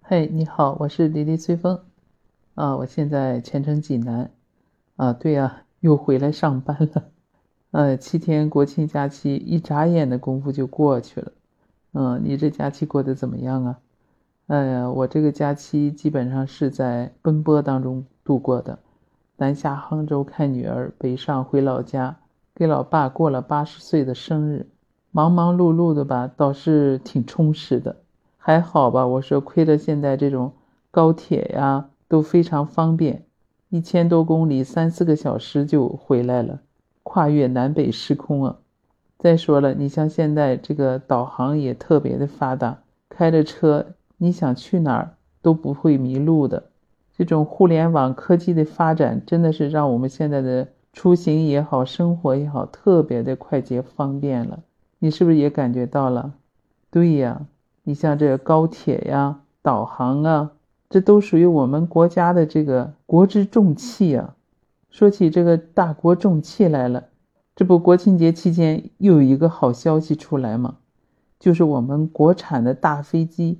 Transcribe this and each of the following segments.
嘿，你好，我是李丽随风我现在前程济南对呀，又回来上班了。7天国庆假期一眨眼的功夫就过去了。你这假期过得怎么样啊？哎呀，我这个假期基本上是在奔波当中度过的，南下杭州看女儿，北上回老家，给老爸过了80岁的生日，忙忙碌碌的吧，倒是挺充实的。还好吧，我说亏了现在这种高铁呀都非常方便，1000多公里3、4个小时就回来了，跨越南北时空啊。再说了，你像现在这个导航也特别的发达，开着车你想去哪儿都不会迷路的。这种互联网科技的发展真的是让我们现在的出行也好，生活也好，特别的快捷方便了。你是不是也感觉到了？对呀，你像这高铁呀、导航啊，这都属于我们国家的这个国之重器啊。说起这个大国重器来了，这不国庆节期间又有一个好消息出来吗？就是我们国产的大飞机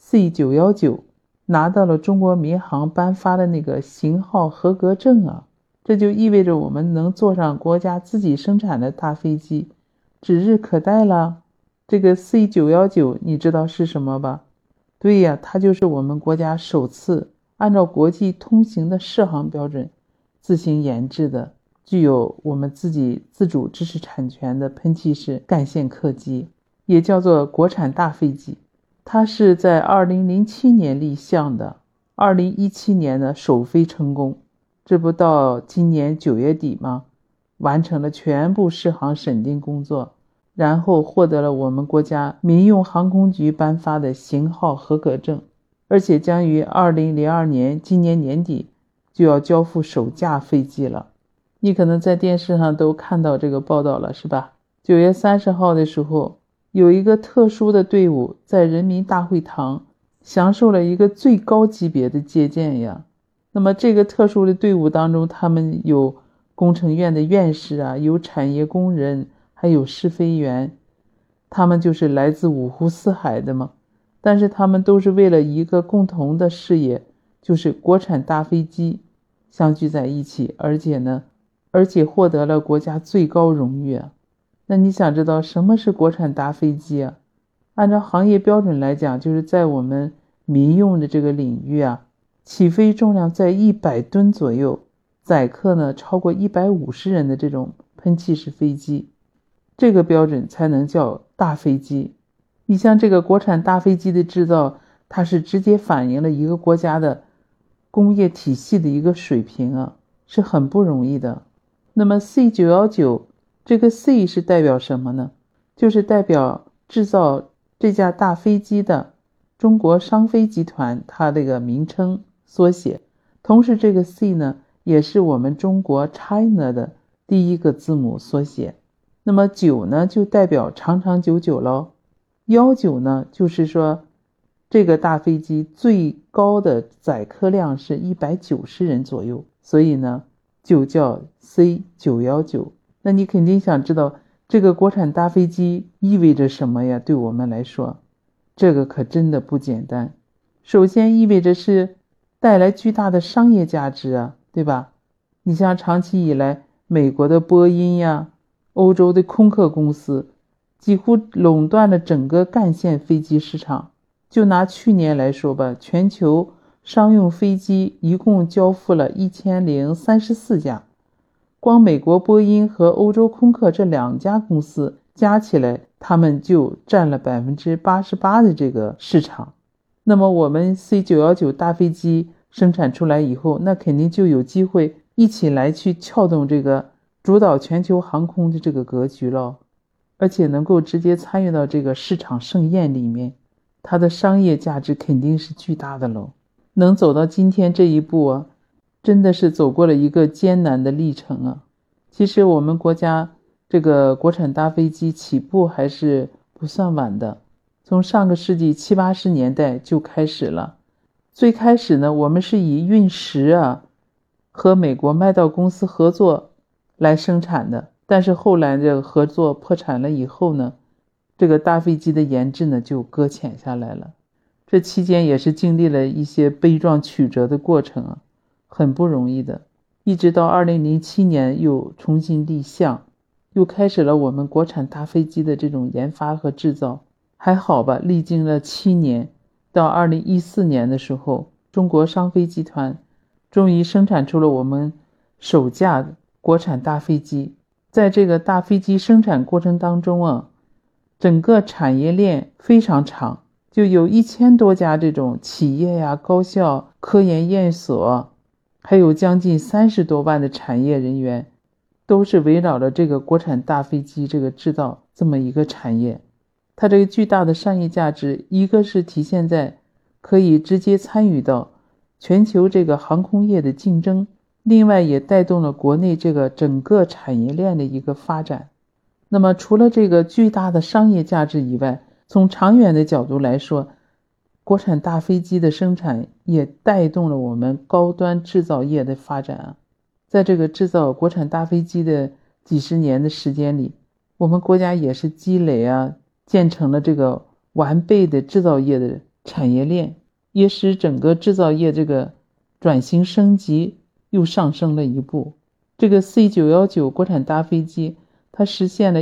C919拿到了中国民航颁发的那个型号合格证啊，这就意味着我们能坐上国家自己生产的大飞机，指日可待了。这个 C919你知道是什么吧？对呀，它就是我们国家首次按照国际通行的适航标准自行研制的，具有我们自己自主知识产权的喷气式干线客机，也叫做国产大飞机。它是在2007年立项的，2017年呢首飞成功，这不到今年9月底吗？完成了全部适航审定工作，然后获得了我们国家民用航空局颁发的型号合格证，而且将于2002年今年年底就要交付首架飞机了。你可能在电视上都看到这个报道了，是吧？9月30号的时候，有一个特殊的队伍在人民大会堂享受了一个最高级别的接见呀。那么这个特殊的队伍当中，他们有工程院的院士啊，有产业工人，还有试飞员，他们就是来自五湖四海的嘛。但是他们都是为了一个共同的事业，就是国产大飞机，相聚在一起，而且获得了国家最高荣誉啊。那你想知道什么是国产大飞机啊？按照行业标准来讲，就是在我们民用的这个领域啊，起飞重量在100吨左右，载客呢超过150人的这种喷气式飞机，这个标准才能叫大飞机。你像这个国产大飞机的制造，它是直接反映了一个国家的工业体系的一个水平啊，是很不容易的。那么 C919这个 C 是代表什么呢？就是代表制造这架大飞机的中国商飞集团，它这个名称缩写。同时这个 C 呢，也是我们中国 China 的第一个字母缩写。那么9呢，就代表长长久久咯。19呢，就是说这个大飞机最高的载客量是190人左右，所以呢就叫 C919。那你肯定想知道这个国产大飞机意味着什么呀？对我们来说，这个可真的不简单。首先意味着是带来巨大的商业价值啊，对吧？你像长期以来，美国的波音呀，欧洲的空客公司几乎垄断了整个干线飞机市场。就拿去年来说吧，全球商用飞机一共交付了1034架，光美国波音和欧洲空客这2家公司加起来，他们就占了88%的这个市场。那么我们 C919大飞机生产出来以后，那肯定就有机会一起来去撬动这个主导全球航空的这个格局了，而且能够直接参与到这个市场盛宴里面，它的商业价值肯定是巨大的喽。能走到今天这一步啊，真的是走过了一个艰难的历程啊。其实我们国家这个国产大飞机起步还是不算晚的，从上个世纪70、80年代就开始了。最开始呢，我们是以运十啊和美国麦道公司合作来生产的，但是后来这个合作破产了以后呢，这个大飞机的研制呢就搁浅下来了。 这期间也是经历了一些悲壮曲折的过程啊，很不容易的。一直到2007年又重新立项，又开始了我们国产大飞机的这种研发和制造。还好吧，历经了7年，到2014年的时候，中国商飞集团终于生产出了我们首架国产大飞机。在这个大飞机生产过程当中啊，整个产业链非常长，就有1000多家这种企业呀、高校、科研院所，还有将近30多万的产业人员，都是围绕着这个国产大飞机这个制造这么一个产业。它这个巨大的商业价值，一个是体现在可以直接参与到全球这个航空业的竞争，另外也带动了国内这个整个产业链的一个发展。那么除了这个巨大的商业价值以外，从长远的角度来说，国产大飞机的生产也带动了我们高端制造业的发展啊。在这个制造国产大飞机的几十年的时间里，我们国家也是积累啊，建成了这个完备的制造业的产业链，也使整个制造业这个转型升级又上升了一步。这个 C919 国产大飞机，它实现了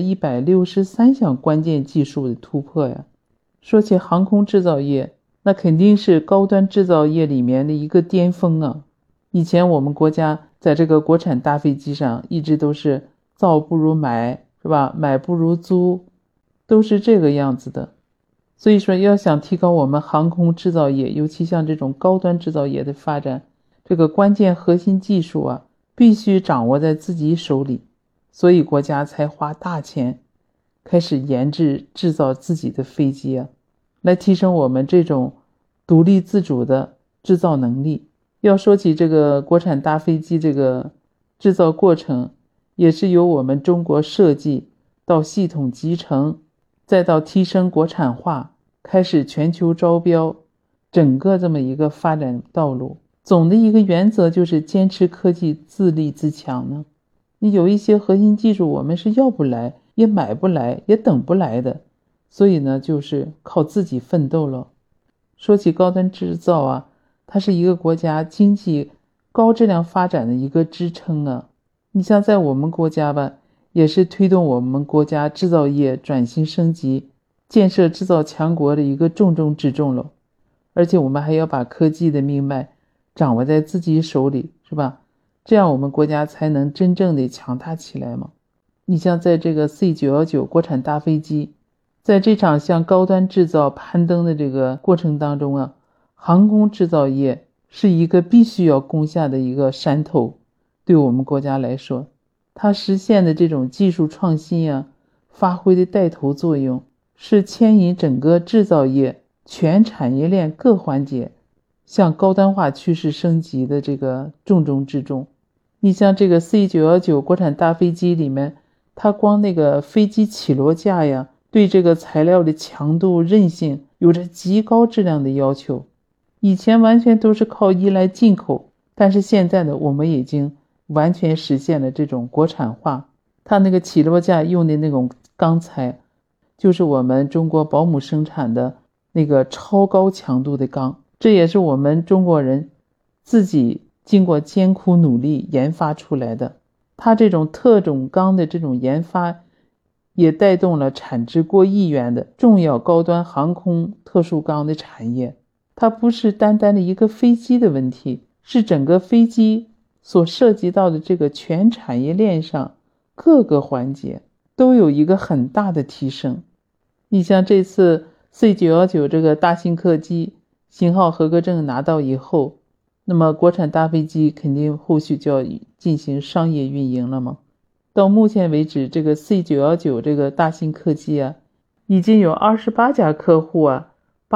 163项关键技术的突破呀。说起航空制造业，那肯定是高端制造业里面的一个巅峰啊。以前我们国家在这个国产大飞机上一直都是造不如买，是吧？买不如租，都是这个样子的。所以说要想提高我们航空制造业，尤其像这种高端制造业的发展，这个关键核心技术啊，必须掌握在自己手里。所以国家才花大钱开始研制造自己的飞机啊，来提升我们这种独立自主的制造能力。要说起这个国产大飞机这个制造过程，也是由我们中国设计到系统集成，再到提升国产化，开始全球招标，整个这么一个发展道路。总的一个原则就是坚持科技自立自强呢。你有一些核心技术我们是要不来，也买不来，也等不来的，所以呢就是靠自己奋斗了。说起高端制造啊，它是一个国家经济高质量发展的一个支撑啊。你像在我们国家吧，也是推动我们国家制造业转型升级，建设制造强国的一个重中之重了。而且我们还要把科技的命脉掌握在自己手里，是吧？这样我们国家才能真正的强大起来嘛。你像在这个 C919 国产大飞机，在这场向高端制造攀登的这个过程当中啊，航空制造业是一个必须要攻下的一个山头。对我们国家来说，它实现的这种技术创新啊，发挥的带头作用，是牵引整个制造业全产业链各环节向高端化趋势升级的这个重中之重。你像这个 C919 国产大飞机里面，它光那个飞机起落架呀，对这个材料的强度韧性有着极高质量的要求。以前完全都是靠依赖进口，但是现在呢，我们已经完全实现了这种国产化。它那个起落架用的那种钢材，就是我们中国宝马生产的那个超高强度的钢，这也是我们中国人自己经过艰苦努力研发出来的。它这种特种钢的这种研发，也带动了产值过亿元的重要高端航空特殊钢的产业。它不是单单的一个飞机的问题，是整个飞机所涉及到的这个全产业链上各个环节都有一个很大的提升。你像这次 C919 这个大型客机型号合格证拿到以后，那么国产大飞机肯定后续就要进行商业运营了嘛。到目前为止，这个 C919 这个大型客机啊，已经有28家客户啊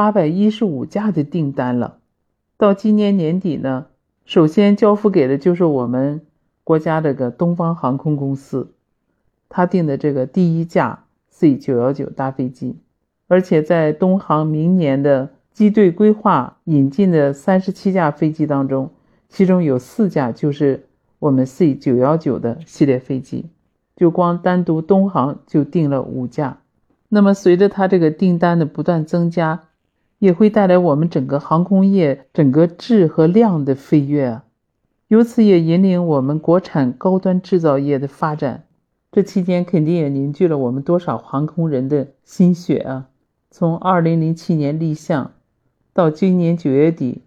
，815架的订单了。到今年年底呢，首先交付给的就是我们国家这个东方航空公司，他订的这个第一架 C919 大飞机。而且在东航明年的机队规划引进的37架飞机当中，其中有4架就是我们 C919 的系列飞机，就光单独东航就订了5架。那么随着它这个订单的不断增加， 也会带来我们整个航空业整个质和量的飞跃啊，由此也引领我们国产高端制造业的发展。这期间肯定也凝聚了我们多少航空人的心血啊！从2007年立项到今年9月底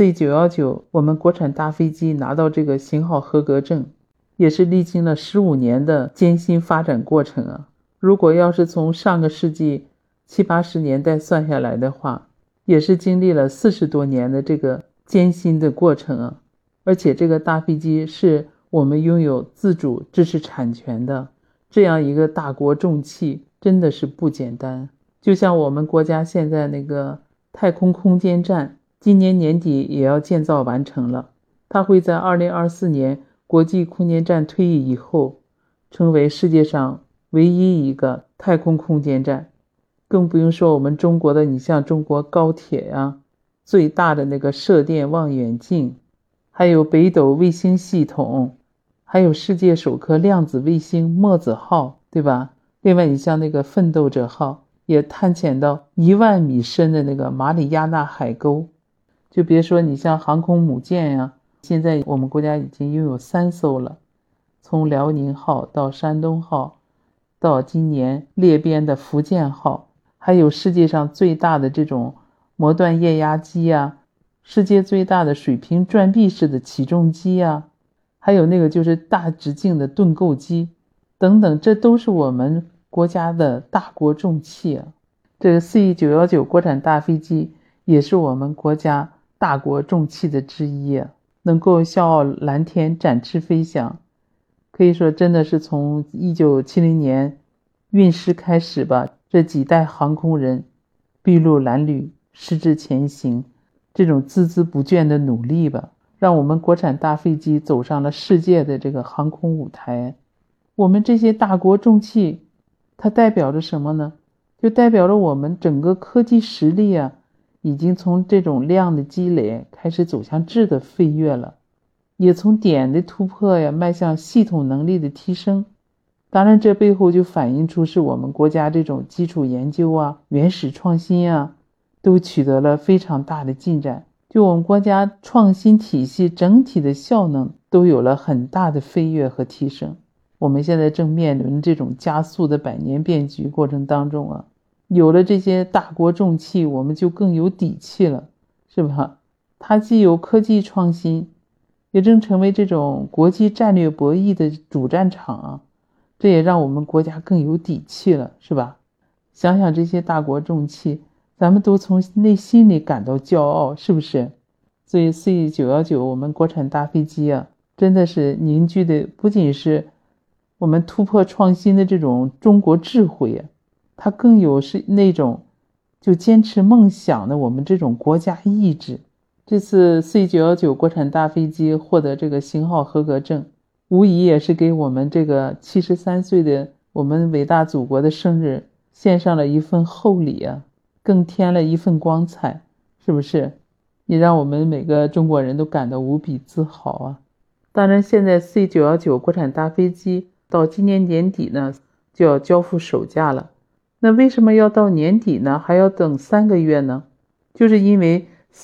C919 我们国产大飞机拿到这个型号合格证，也是历经了15年的艰辛发展过程啊。如果要是从上个世纪70、80年代算下来的话，也是经历了40多年的这个艰辛的过程啊。而且这个大飞机是我们拥有自主知识产权的，这样一个大国重器真的是不简单。就像我们国家现在那个太空空间站，今年年底也要建造完成了，它会在2024年国际空间站退役以后，成为世界上唯一一个太空空间站。更不用说我们中国的，你像中国高铁呀，最大的那个射电望远镜，还有北斗卫星系统，还有世界首颗量子卫星墨子号，对吧？另外你像那个奋斗者号也探潜到1万米深的那个马里亚纳海沟。就别说你像航空母舰呀，现在我们国家已经拥有3艘了，从辽宁号到山东号，到今年列编的福建号，还有世界上最大的这种模段液压机啊，世界最大的水平转臂式的起重机啊，还有那个就是大直径的盾构机等等，这都是我们国家的大国重器啊。这个 C919 国产大飞机也是我们国家大国重器的之一啊，能够笑傲蓝天展翅飞翔，可以说真的是从1970年运师开始吧，这几代航空人筚路蓝缕，矢志前行，这种孜孜不倦的努力吧，让我们国产大飞机走上了世界的这个航空舞台。我们这些大国重器它代表着什么呢？就代表了我们整个科技实力啊，已经从这种量的积累开始走向质的飞跃了，也从点的突破呀迈向系统能力的提升。当然这背后就反映出是我们国家这种基础研究啊、原始创新啊都取得了非常大的进展，就我们国家创新体系整体的效能都有了很大的飞跃和提升。我们现在正面临这种加速的百年变局过程当中啊，有了这些大国重器，我们就更有底气了，是吧？它既有科技创新，也正成为这种国际战略博弈的主战场啊，这也让我们国家更有底气了，是吧？想想这些大国重器，咱们都从内心里感到骄傲，是不是？所以 C919 我们国产大飞机啊，真的是凝聚的不仅是我们突破创新的这种中国智慧啊，它更有是那种就坚持梦想的我们这种国家意志。这次 C919 国产大飞机获得这个型号合格证，无疑也是给我们这个73岁的我们伟大祖国的生日献上了一份厚礼啊，更添了一份光彩，是不是？也让我们每个中国人都感到无比自豪啊。当然现在 C919 国产大飞机到今年年底呢就要交付首架了。那为什么要到年底呢？还要等3个月呢？就是因为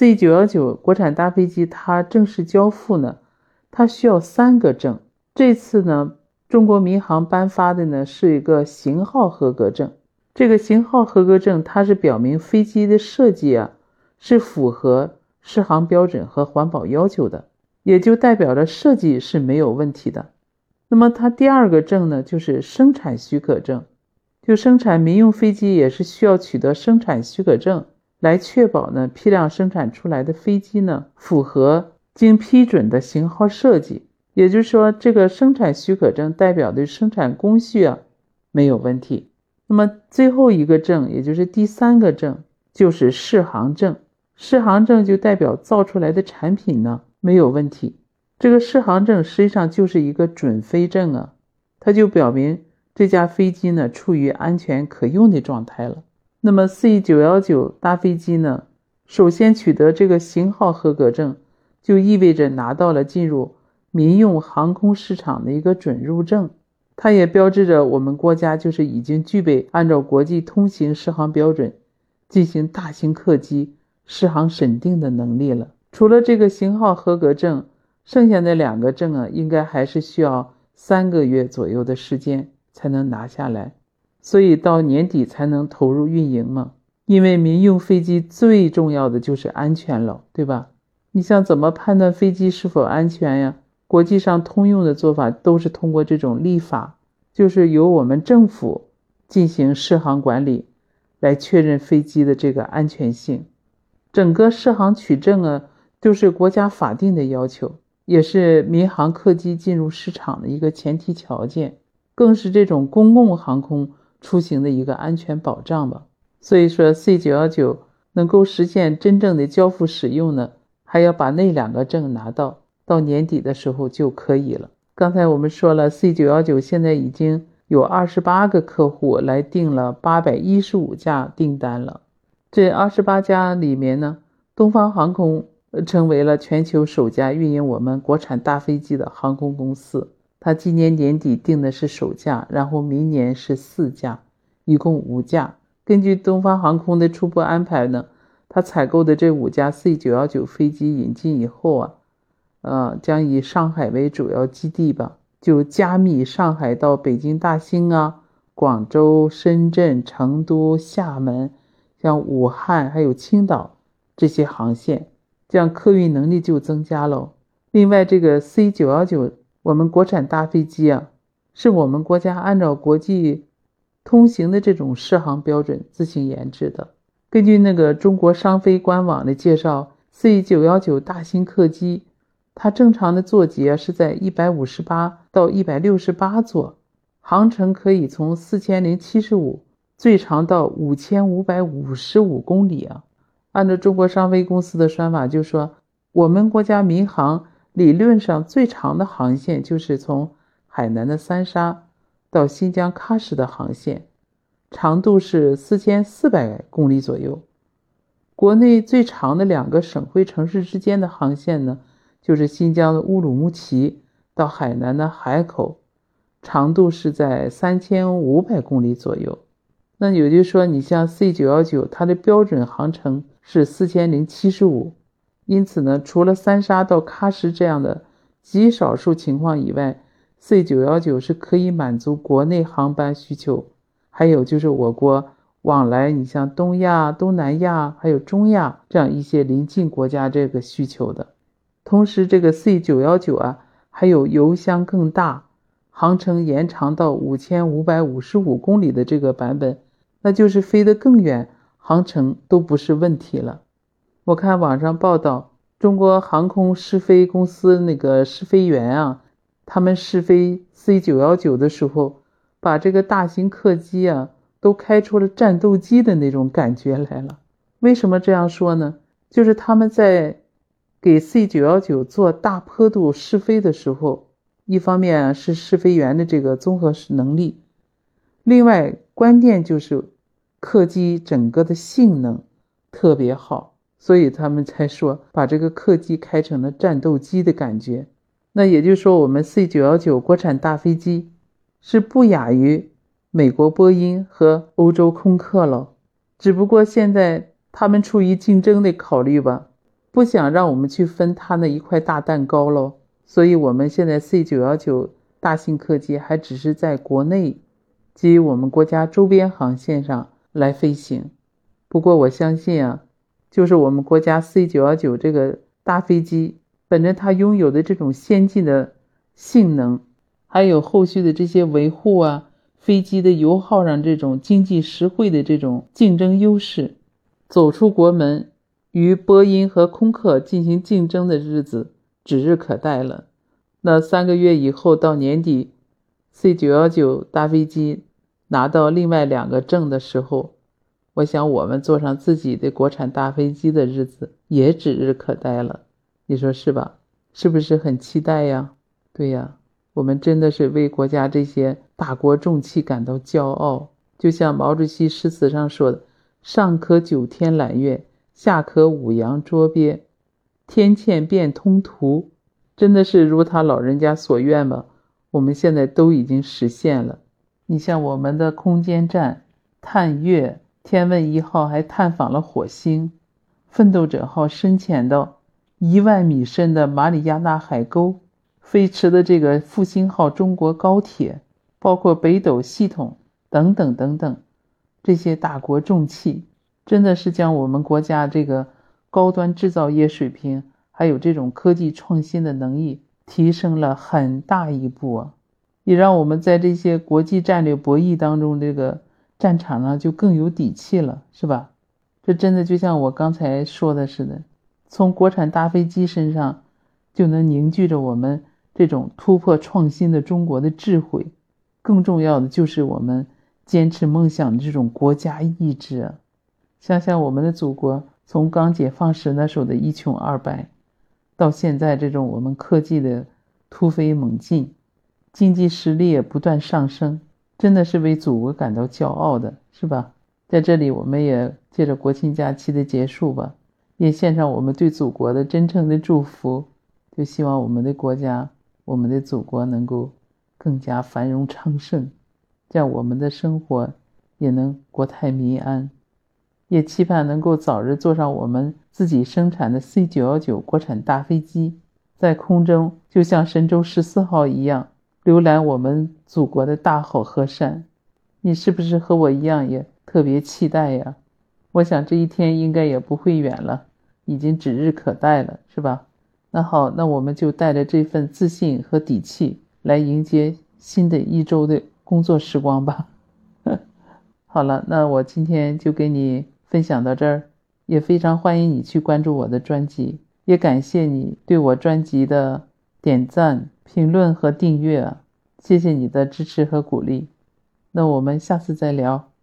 C919 国产大飞机它正式交付呢，它需要3个证。这次呢，中国民航颁发的呢是一个型号合格证。这个型号合格证它是表明飞机的设计啊是符合适航标准和环保要求的，也就代表着设计是没有问题的。那么它第2个证呢就是生产许可证，就生产民用飞机也是需要取得生产许可证，来确保呢批量生产出来的飞机呢符合经批准的型号设计。也就是说这个生产许可证代表的生产工序啊没有问题。那么最后一个证也就是第3个证就是适航证。适航证就代表造出来的产品呢没有问题。这个适航证实际上就是一个准飞证啊，它就表明这架飞机呢处于安全可用的状态了。那么 C919 大飞机呢首先取得这个型号合格证，就意味着拿到了进入民用航空市场的一个准入证，它也标志着我们国家就是已经具备按照国际通行适航标准进行大型客机适航审定的能力了。除了这个型号合格证，剩下的2个证啊，应该还是需要3个月左右的时间才能拿下来，所以到年底才能投入运营嘛。因为民用飞机最重要的就是安全了，对吧？你想怎么判断飞机是否安全呀？国际上通用的做法都是通过这种立法，就是由我们政府进行适航管理，来确认飞机的这个安全性。整个适航取证啊，就是国家法定的要求，也是民航客机进入市场的一个前提条件，更是这种公共航空出行的一个安全保障吧。所以说 C919 能够实现真正的交付使用呢，还要把那2个证拿到年底的时候就可以了。刚才我们说了 C919 现在已经有28个客户来订了815架订单了。这28家里面呢，东方航空成为了全球首家运营我们国产大飞机的航空公司。它今年年底订的是首架，然后明年是4架，一共5架。根据东方航空的初步安排呢，它采购的这5架 C919 飞机引进以后啊，将以上海为主要基地吧，就加密上海到北京大兴啊、广州、深圳、成都、厦门，像武汉还有青岛这些航线，这样客运能力就增加了。另外这个 C919 我们国产大飞机啊，是我们国家按照国际通行的这种适航标准自行研制的。根据那个中国商飞官网的介绍， C919 大型客机它正常的座级是在158到168座，航程可以从4075最长到5555公里啊。按照中国商飞公司的说法，就说我们国家民航理论上最长的航线就是从海南的三沙到新疆喀什的航线，长度是4400公里左右。国内最长的2个省会城市之间的航线呢，就是新疆的乌鲁木齐到海南的海口，长度是在3500公里左右。那也就是说，你像 C919 它的标准航程是4075，因此呢，除了三沙到喀什这样的极少数情况以外， C919 是可以满足国内航班需求，还有就是我国往来你像东亚、东南亚还有中亚这样一些邻近国家这个需求的。同时这个 C919 啊，还有油箱更大，航程延长到5555公里的这个版本，那就是飞得更远，航程都不是问题了。我看网上报道，中国航空试飞公司那个试飞员啊，他们试飞 C919 的时候，把这个大型客机啊都开出了战斗机的那种感觉来了。为什么这样说呢？就是他们在给 C919 做大坡度试飞的时候，一方面是试飞员的这个综合能力，另外关键就是客机整个的性能特别好，所以他们才说把这个客机开成了战斗机的感觉。那也就是说，我们 C919 国产大飞机是不亚于美国波音和欧洲空客了。只不过现在他们出于竞争的考虑吧，不想让我们去分他那一块大蛋糕咯，所以我们现在 C919 大型客机还只是在国内及我们国家周边航线上来飞行。不过我相信啊，就是我们国家 C919 这个大飞机本着它拥有的这种先进的性能，还有后续的这些维护啊，飞机的油耗上这种经济实惠的这种竞争优势，走出国门，与波音和空客进行竞争的日子指日可待了。那3个月以后到年底， C919 大飞机拿到另外2个证的时候，我想我们坐上自己的国产大飞机的日子也指日可待了。你说是吧？是不是很期待呀？对呀，我们真的是为国家这些大国重器感到骄傲。就像毛主席诗词上说的，上可9天揽月，下可5洋捉鳖，天堑变通途。真的是如他老人家所愿吧，我们现在都已经实现了。你像我们的空间站、探月、 天问1号还探访了火星，奋斗者号深潜到1万米深的马里亚纳海沟，飞驰的这个复兴号中国高铁，包括北斗系统等等等等，这些大国重器真的是将我们国家这个高端制造业水平还有这种科技创新的能力提升了很大一步啊，也让我们在这些国际战略博弈当中这个战场上就更有底气了，是吧？这真的就像我刚才说的似的，从国产大飞机身上就能凝聚着我们这种突破创新的中国的智慧，更重要的就是我们坚持梦想的这种国家意志啊！想想我们的祖国从刚解放时那时候的一穷二白，到现在这种我们科技的突飞猛进，经济实力也不断上升，真的是为祖国感到骄傲的，是吧？在这里我们也借着国庆假期的结束吧，也献上我们对祖国的真诚的祝福，就希望我们的国家，我们的祖国能够更加繁荣昌盛，这样我们的生活也能国泰民安，也期盼能够早日坐上我们自己生产的 C919 国产大飞机，在空中就像神舟14号一样浏览我们祖国的大好河山。你是不是和我一样也特别期待呀？我想这一天应该也不会远了，已经指日可待了，是吧？那好，那我们就带着这份自信和底气来迎接新的一周的工作时光吧。好了，那我今天就给你分享到这儿，也非常欢迎你去关注我的专辑，也感谢你对我专辑的点赞、评论和订阅啊，谢谢你的支持和鼓励。那我们下次再聊。